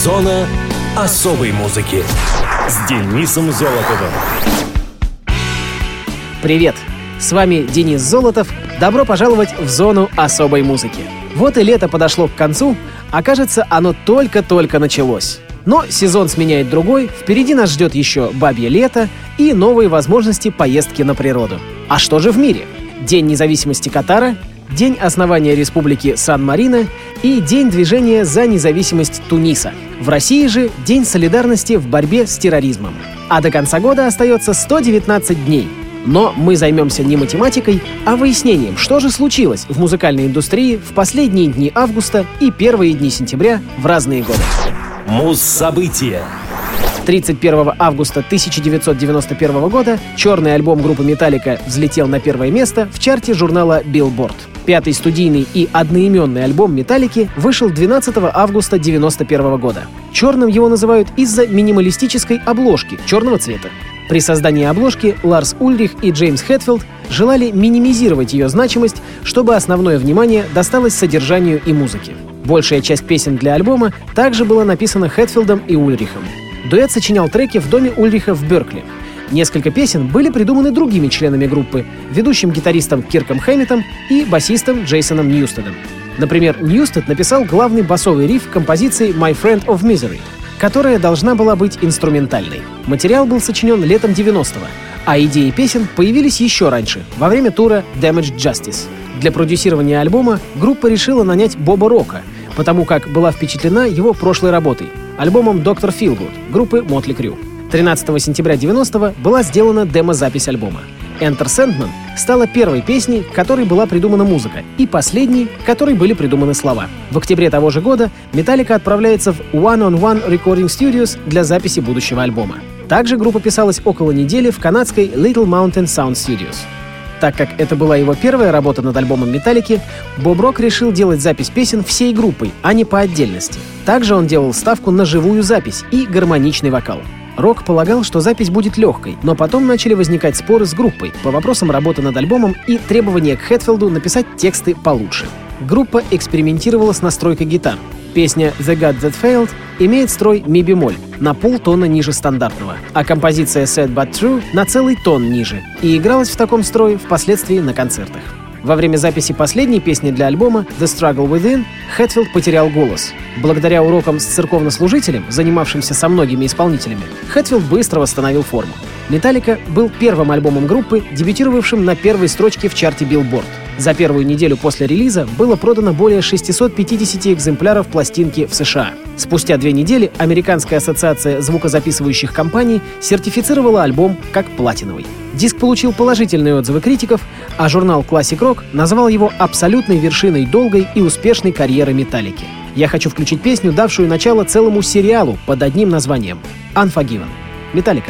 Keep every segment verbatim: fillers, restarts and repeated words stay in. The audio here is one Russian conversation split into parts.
Зона особой музыки с Денисом Золотовым. Привет! С вами Денис Золотов. Добро пожаловать в зону особой музыки. Вот и лето подошло к концу, а кажется, оно только-только началось. Но сезон сменяет другой, впереди нас ждет еще бабье лето и новые возможности поездки на природу. А что же в мире? День независимости Катара, День основания Республики Сан-Марино и День движения за независимость Туниса. В России же День солидарности в борьбе с терроризмом. А до конца года остается сто девятнадцать дней. Но мы займемся не математикой, а выяснением, что же случилось в музыкальной индустрии в последние дни августа и первые дни сентября в разные годы. Муз-события. тридцать первого августа тысяча девятьсот девяносто первого года черный альбом группы Metallica взлетел на первое место в чарте журнала Billboard. Пятый студийный и одноименный альбом Metallica вышел двенадцатого августа девяносто первого года. Черным его называют из-за минималистической обложки черного цвета. При создании обложки Ларс Ульрих и Джеймс Хэтфилд желали минимизировать ее значимость, чтобы основное внимание досталось содержанию и музыке. Большая часть песен для альбома также была написана Хэтфилдом и Ульрихом. Дуэт сочинял треки в доме Ульриха в Беркли. Несколько песен были придуманы другими членами группы, ведущим гитаристом Кирком Хэммитом и басистом Джейсоном Ньюстедом. Например, Ньюстед написал главный басовый риф композиции «My Friend of Misery», которая должна была быть инструментальной. Материал был сочинен летом девяностого, а идеи песен появились еще раньше, во время тура Damaged Justice. Для продюсирования альбома группа решила нанять Боба Рока, потому как была впечатлена его прошлой работой — альбомом доктор Feelgood группы Motley Crue. тринадцатого сентября девяностого была сделана демо-запись альбома. Enter Sandman стала первой песней, к которой была придумана музыка, и последней, к которой были придуманы слова. В октябре того же года Metallica отправляется в One on One Recording Studios для записи будущего альбома. Также группа писалась около недели в канадской Little Mountain Sound Studios. Так как это была его первая работа над альбомом Metallica, Боб Рок решил делать запись песен всей группой, а не по отдельности. Также он делал ставку на живую запись и гармоничный вокал. Рок полагал, что запись будет легкой, но потом начали возникать споры с группой по вопросам работы над альбомом и требования к Хэтфилду написать тексты получше. Группа экспериментировала с настройкой гитар. Песня «The God That Failed» имеет строй ми-бемоль на полтона ниже стандартного, а композиция «Sad But True» на целый тон ниже и игралась в таком строе впоследствии на концертах. Во время записи последней песни для альбома «The Struggle Within» Хэтфилд потерял голос. Благодаря урокам с церковнослужителем, занимавшимся со многими исполнителями, Хэтфилд быстро восстановил форму. «Metallica» был первым альбомом группы, дебютировавшим на первой строчке в чарте Billboard. За первую неделю после релиза было продано более шестьсот пятьдесят экземпляров пластинки в США. Спустя две недели Американская ассоциация звукозаписывающих компаний сертифицировала альбом как платиновый. Диск получил положительные отзывы критиков, а журнал Classic Rock назвал его абсолютной вершиной долгой и успешной карьеры Metallica. Я хочу включить песню, давшую начало целому сериалу под одним названием «Unforgiven». Metallica.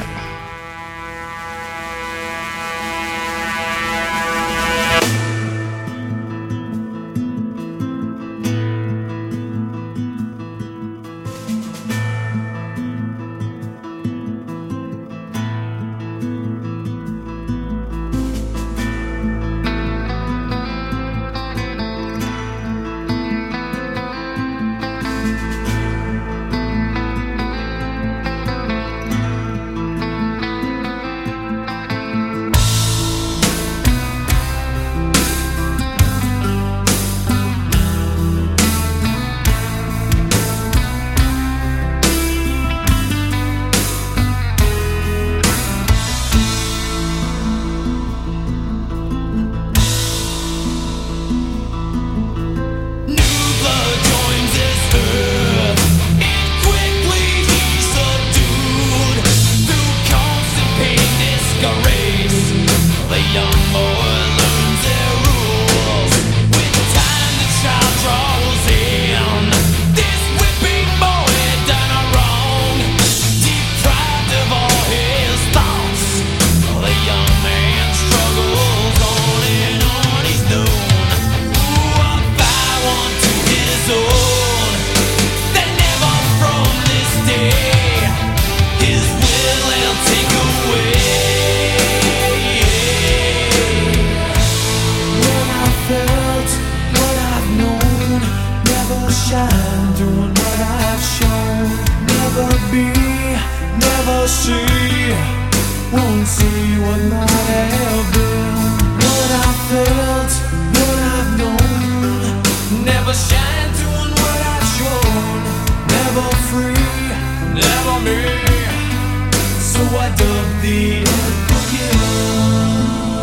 see, won't see what might have been. What I felt, what I've known, never shine doing what I've shown. Never free, never me, so I dug the unforgiven.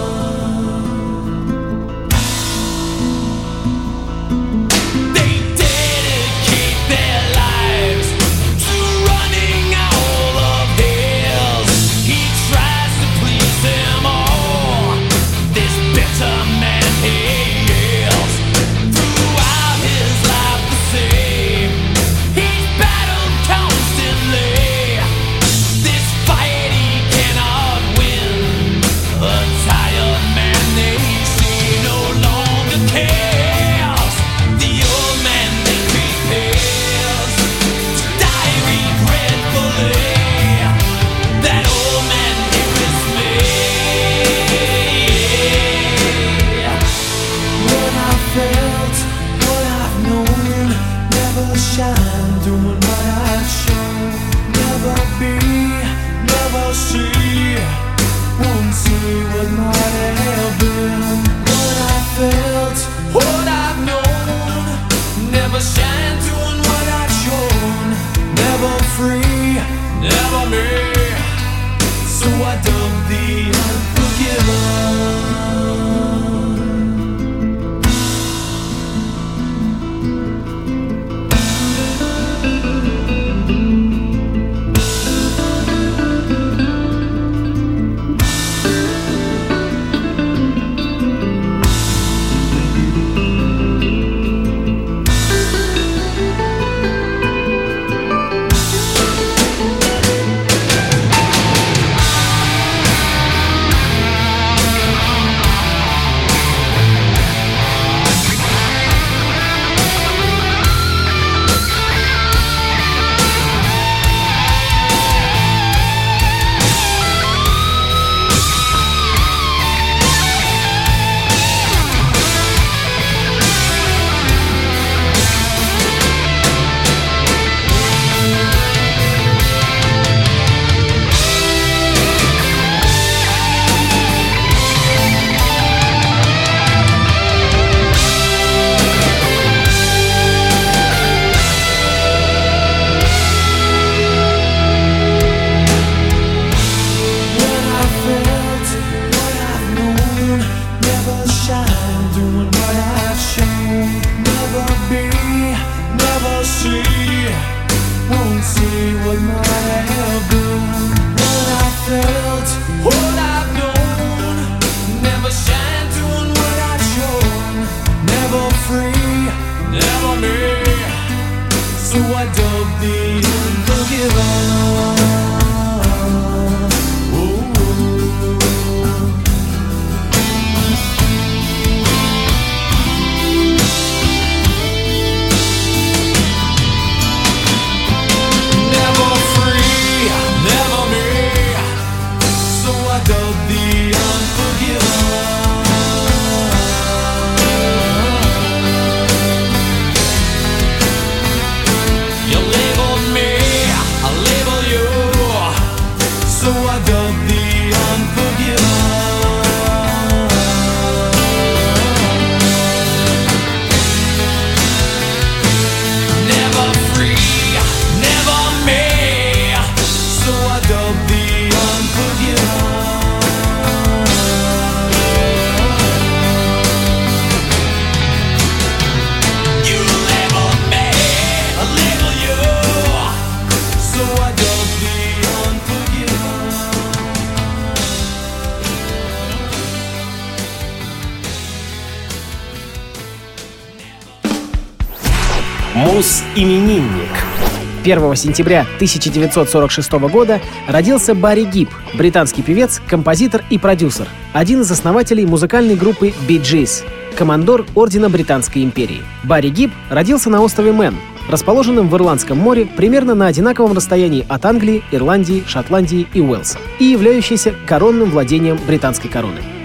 Муз-именинник. первого сентября тысяча девятьсот сорок шестого года родился Барри Гиб, британский певец, композитор и продюсер, один из основателей музыкальной группы Bee Gees, командор Ордена Британской империи. Барри Гиб родился на острове Мэн, расположенном в Ирландском море примерно на одинаковом расстоянии от Англии, Ирландии, Шотландии и Уэльса, и являющийся коронным владением британской короны.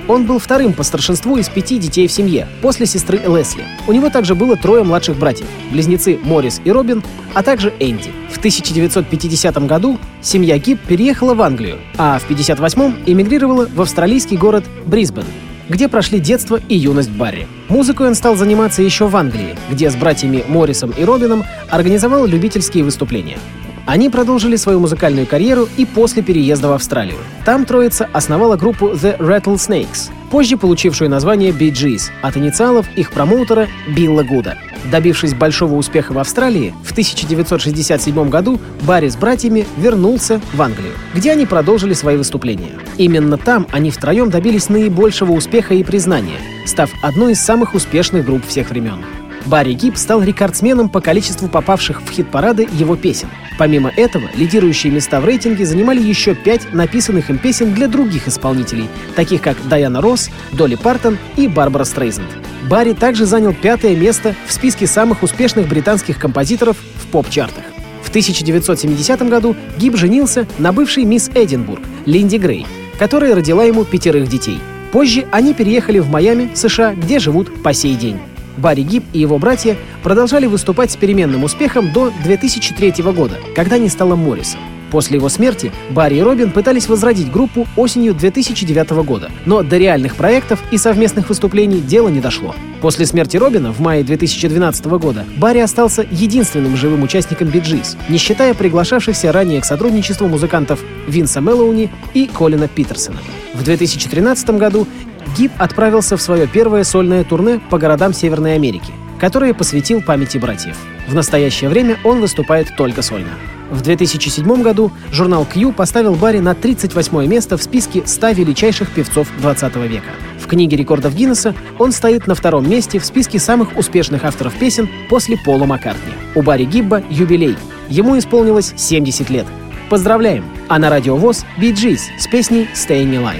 Он был вторым по старшинству из пяти детей в семье, после сестры Лесли. У него также было трое младших братьев — близнецы Моррис и Робин, а также Энди. В тысяча девятьсот пятидесятом году семья Гибб переехала в Англию, а в пятьдесят восьмом эмигрировала в австралийский город Брисбен, где прошли детство и юность Барри. Музыкой он стал заниматься еще в Англии, где с братьями Моррисом и Робином организовал любительские выступления. Они продолжили свою музыкальную карьеру и после переезда в Австралию. Там троица основала группу The Rattlesnakes, позже получившую название Bee Gees от инициалов их промоутера Билла Гуда. Добившись большого успеха в Австралии, в тысяча девятьсот шестьдесят седьмом году Барри с братьями вернулся в Англию, где они продолжили свои выступления. Именно там они втроем добились наибольшего успеха и признания, став одной из самых успешных групп всех времен. Барри Гибб стал рекордсменом по количеству попавших в хит-парады его песен. Помимо этого, лидирующие места в рейтинге занимали еще пять написанных им песен для других исполнителей, таких как Дайана Росс, Долли Партон и Барбара Стрейзенд. Барри также занял пятое место в списке самых успешных британских композиторов в поп-чартах. В тысяча девятьсот семидесятом году Гибб женился на бывшей мисс Эдинбург Линди Грей, которая родила ему пятерых детей. Позже они переехали в Майами, США, где живут по сей день. Барри Гибб и его братья продолжали выступать с переменным успехом до две тысячи третьего года, когда не стало Морриса. После его смерти Барри и Робин пытались возродить группу осенью две тысячи девятого года, но до реальных проектов и совместных выступлений дело не дошло. После смерти Робина в мае две тысячи двенадцатого года Барри остался единственным живым участником Bee Gees, не считая приглашавшихся ранее к сотрудничеству музыкантов Винса Мэлоуни и Колина Питерсона. В две тысячи тринадцатом году Гибб отправился в свое первое сольное турне по городам Северной Америки, которое посвятил памяти братьев. В настоящее время он выступает только сольно. В две тысячи седьмом году журнал Q поставил Барри на тридцать восьмое место в списке ста величайших певцов двадцатого века. В книге рекордов Гиннесса он стоит на втором месте в списке самых успешных авторов песен после Пола Маккартни. У Барри Гибба юбилей. Ему исполнилось семьдесят лет. Поздравляем! А на Радио ВОС Bee Gees с песней «Staying Alive».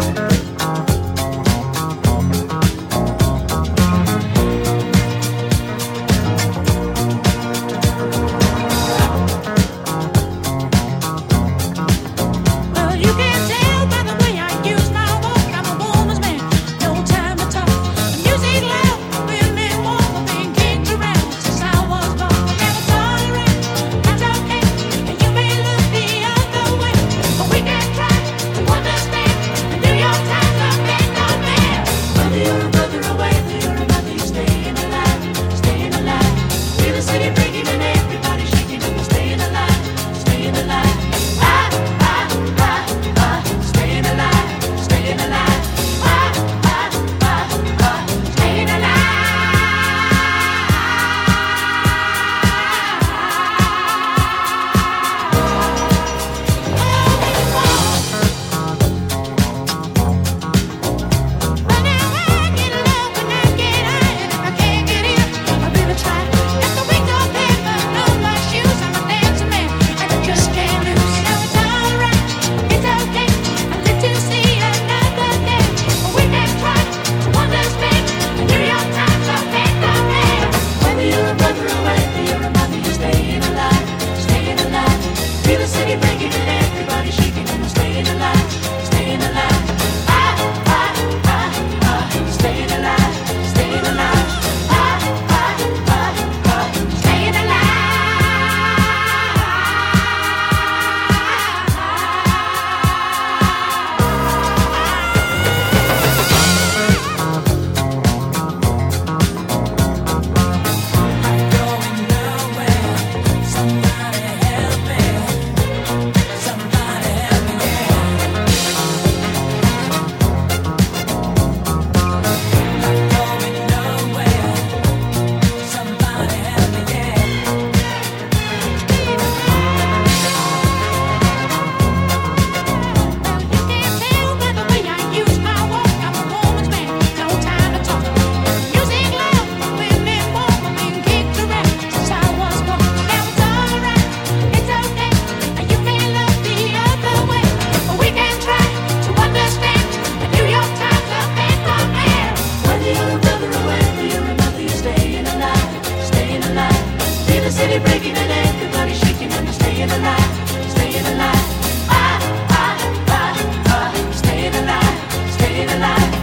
city breaking and everybody shaking and they're staying alive, staying alive. Ah, ah, ah, ah, staying alive, staying alive.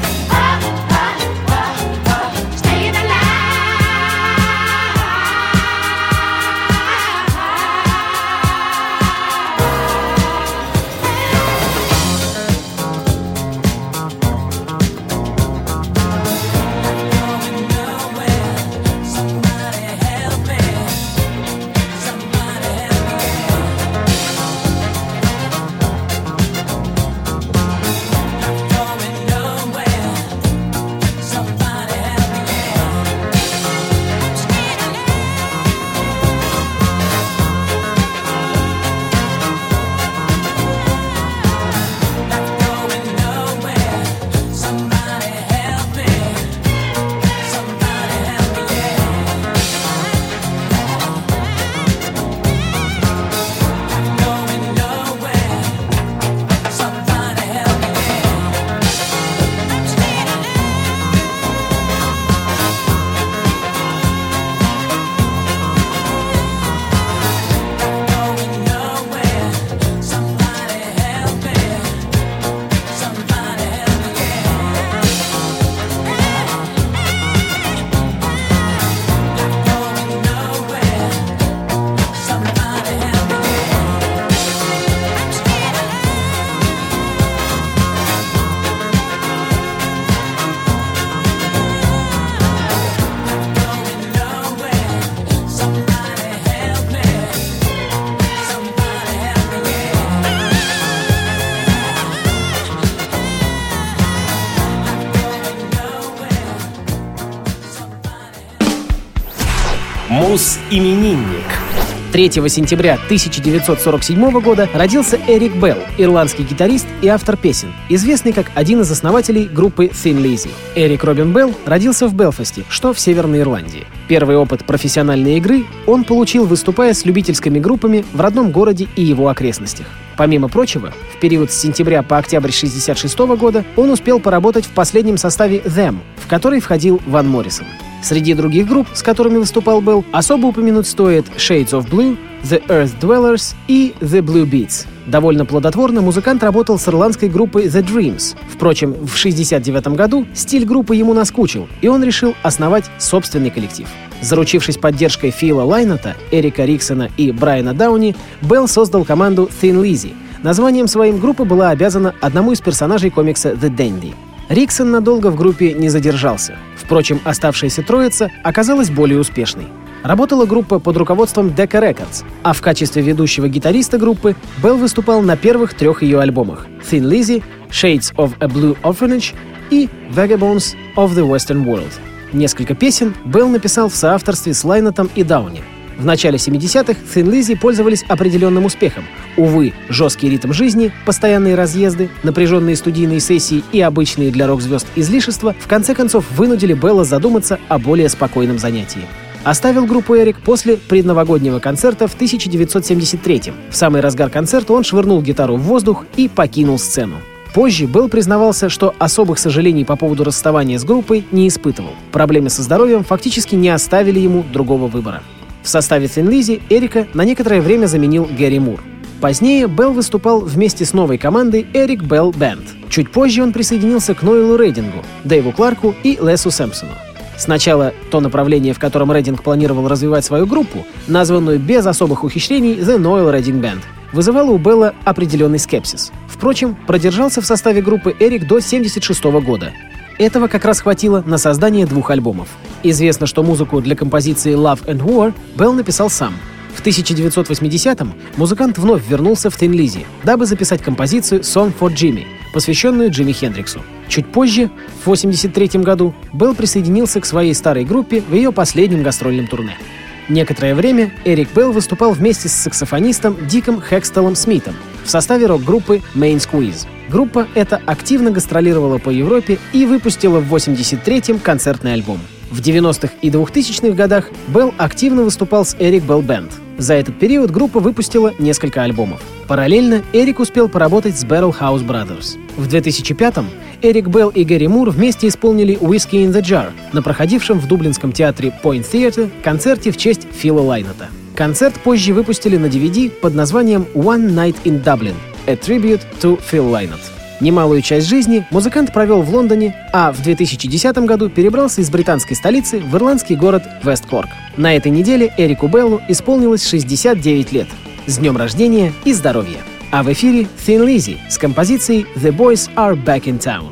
Бонус-именинник. третьего сентября тысяча девятьсот сорок седьмого года родился Эрик Белл, ирландский гитарист и автор песен, известный как один из основателей группы Thin Lizzy. Эрик Робин Белл родился в Белфасте, что в Северной Ирландии. Первый опыт профессиональной игры он получил, выступая с любительскими группами в родном городе и его окрестностях. Помимо прочего, в период с сентября по октябрь шестьдесят шестого года он успел поработать в последнем составе Them, в который входил Ван Моррисон. Среди других групп, с которыми выступал Белл, особо упомянуть стоит Shades of Blue, The Earth Dwellers и The Blue Beats. Довольно плодотворно музыкант работал с ирландской группой The Dreams. Впрочем, в шестьдесят девятом году стиль группы ему наскучил, и он решил основать собственный коллектив. Заручившись поддержкой Фила Лайнета, Эрика Риксона и Брайана Дауни, Белл создал команду Thin Lizzy. Названием своим группа была обязана одному из персонажей комикса The Dandy. Риксон надолго в группе не задержался. Впрочем, оставшаяся троица оказалась более успешной. Работала группа под руководством Decca Records, а в качестве ведущего гитариста группы Белл выступал на первых трех ее альбомах Thin Lizzy, Shades of a Blue Orphanage и Vagabonds of the Western World. Несколько песен Белл написал в соавторстве с Лайнетом и Дауни. В начале семидесятых Thin Lizzy пользовались определенным успехом. Увы, жесткий ритм жизни, постоянные разъезды, напряженные студийные сессии и обычные для рок-звезд излишества в конце концов вынудили Белла задуматься о более спокойном занятии. Оставил группу Эрик после предновогоднего концерта в тысяча девятьсот семьдесят третьем. В самый разгар концерта он швырнул гитару в воздух и покинул сцену. Позже Белл признавался, что особых сожалений по поводу расставания с группой не испытывал. Проблемы со здоровьем фактически не оставили ему другого выбора. В составе Thin Lizzy Эрика на некоторое время заменил Гэри Мур. Позднее Белл выступал вместе с новой командой Eric Bell Band. Чуть позже он присоединился к Ноэлу Рейдингу, Дэйву Кларку и Лесу Сэмпсону. Сначала то направление, в котором Рейдинг планировал развивать свою группу, названную без особых ухищрений The Noel Redding Band, вызывало у Белла определенный скепсис. Впрочем, продержался в составе группы Эрик до семьдесят шестого года. Этого как раз хватило на создание двух альбомов. Известно, что музыку для композиции Love and War Белл написал сам. В тысяча девятьсот восьмидесятом музыкант вновь вернулся в Thin Lizzy, дабы записать композицию Song for Jimmy, посвященную Джимми Хендриксу. Чуть позже, в восемьдесят третьем году, Белл присоединился к своей старой группе в ее последнем гастрольном турне. Некоторое время Эрик Белл выступал вместе с саксофонистом Диком Хэкстеллом Смитом в составе рок-группы Main Squeeze. Группа эта активно гастролировала по Европе и выпустила в восемьдесят третьем концертный альбом. В девяностых и двухтысячных годах Белл активно выступал с Eric Bell Band. За этот период группа выпустила несколько альбомов. Параллельно Эрик успел поработать с Barrel House Brothers. В две тысячи пятом Эрик Белл и Гэри Мур вместе исполнили «Whiskey in the Jar» на проходившем в дублинском театре Point Theatre концерте в честь Фила Лайнета. Концерт позже выпустили на ди ви ди под названием «One Night in Dublin – A Tribute to Phil Lynott». Немалую часть жизни музыкант провел в Лондоне, а в две тысячи десятом году перебрался из британской столицы в ирландский город Вест-Корк. На этой неделе Эрику Беллу исполнилось шестьдесят девять лет. С днем рождения и здоровья! А в эфире Thin Lizzy с композицией «The Boys Are Back in Town».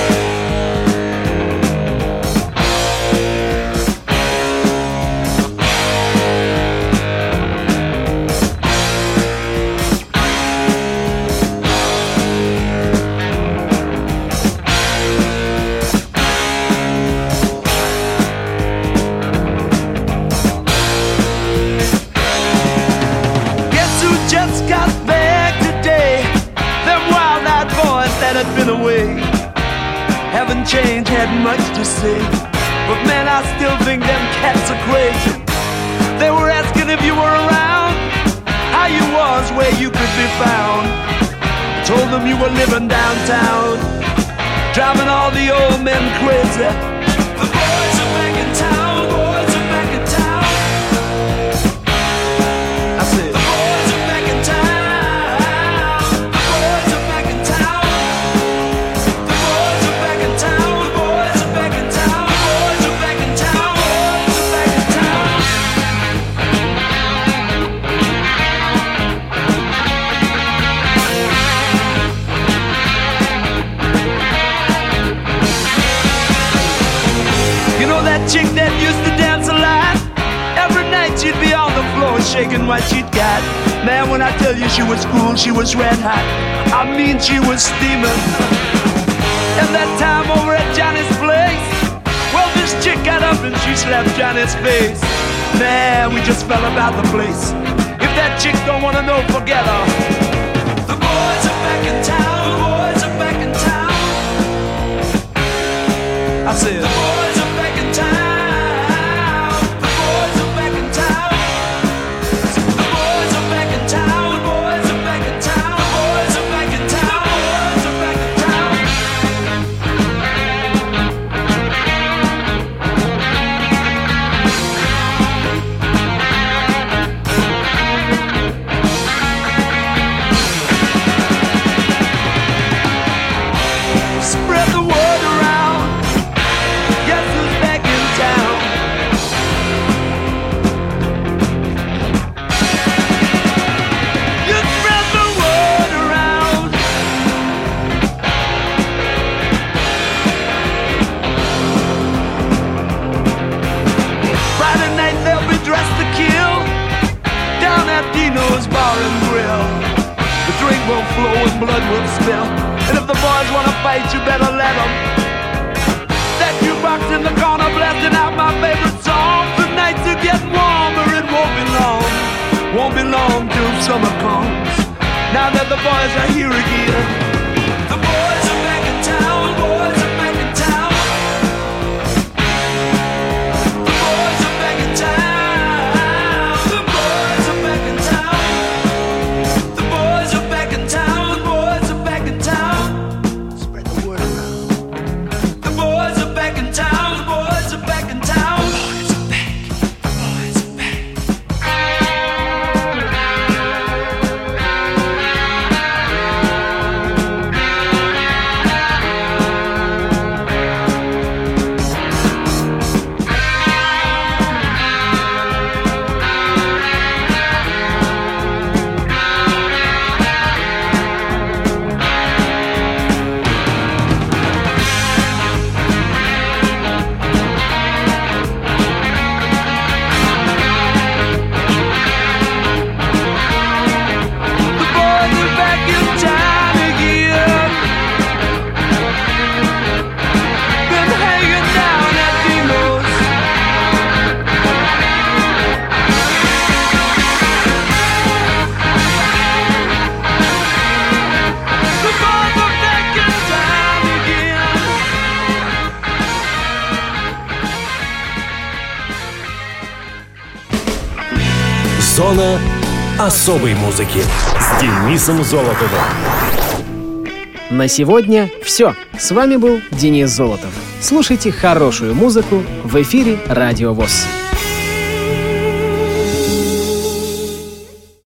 Had been away, haven't changed, had much to say, but man, I still think them cats are crazy. They were asking if you were around, how you was, where you could be found. Told them you were living downtown, driving all the old men crazy. The boys are back in town, boys are back in town. I said, the boys are back in town. Chick that used to dance a lot, every night she'd be on the floor shaking what she'd got. Man, when I tell you she was cool, she was red hot, I mean she was steaming. And that time over at Johnny's place, well, this chick got up and she slapped Johnny's face. Nah, we just fell about the place. If that chick don't wanna know, forget her. The boys are back in town. The boys are back in town. I said, the boys are back in town. The boys are back in town. The boys are back in town. The boys are back in town. The boys are back in town. The boys are back in town. Spread the word around. Guess who's back in town? You spread the word around. Friday night they'll be dressed to kill down at Dino's Bar and Grill. The drink will flow and blood will spill. And if the boys wanna fight, you better let them. That jukebox in the corner blasting out my favorite song. The nights are getting warmer, it won't be long. Won't be long till summer comes. Now that the boys are here again. The boys are back in town. Boys are back in town. The boys are back in town. The boys are back in town. The boys are back in town. The boys are back in town. Spread the word around. The boys are back in town. The boys are back in town. Boys are back. Boys are back. The boys are back in town again. Been hanging down at Dino's. The boys are back in town again. Зона особой музыки с Денисом Золотовым. На сегодня все. С вами был Денис Золотов. Слушайте хорошую музыку в эфире Радио ВОС.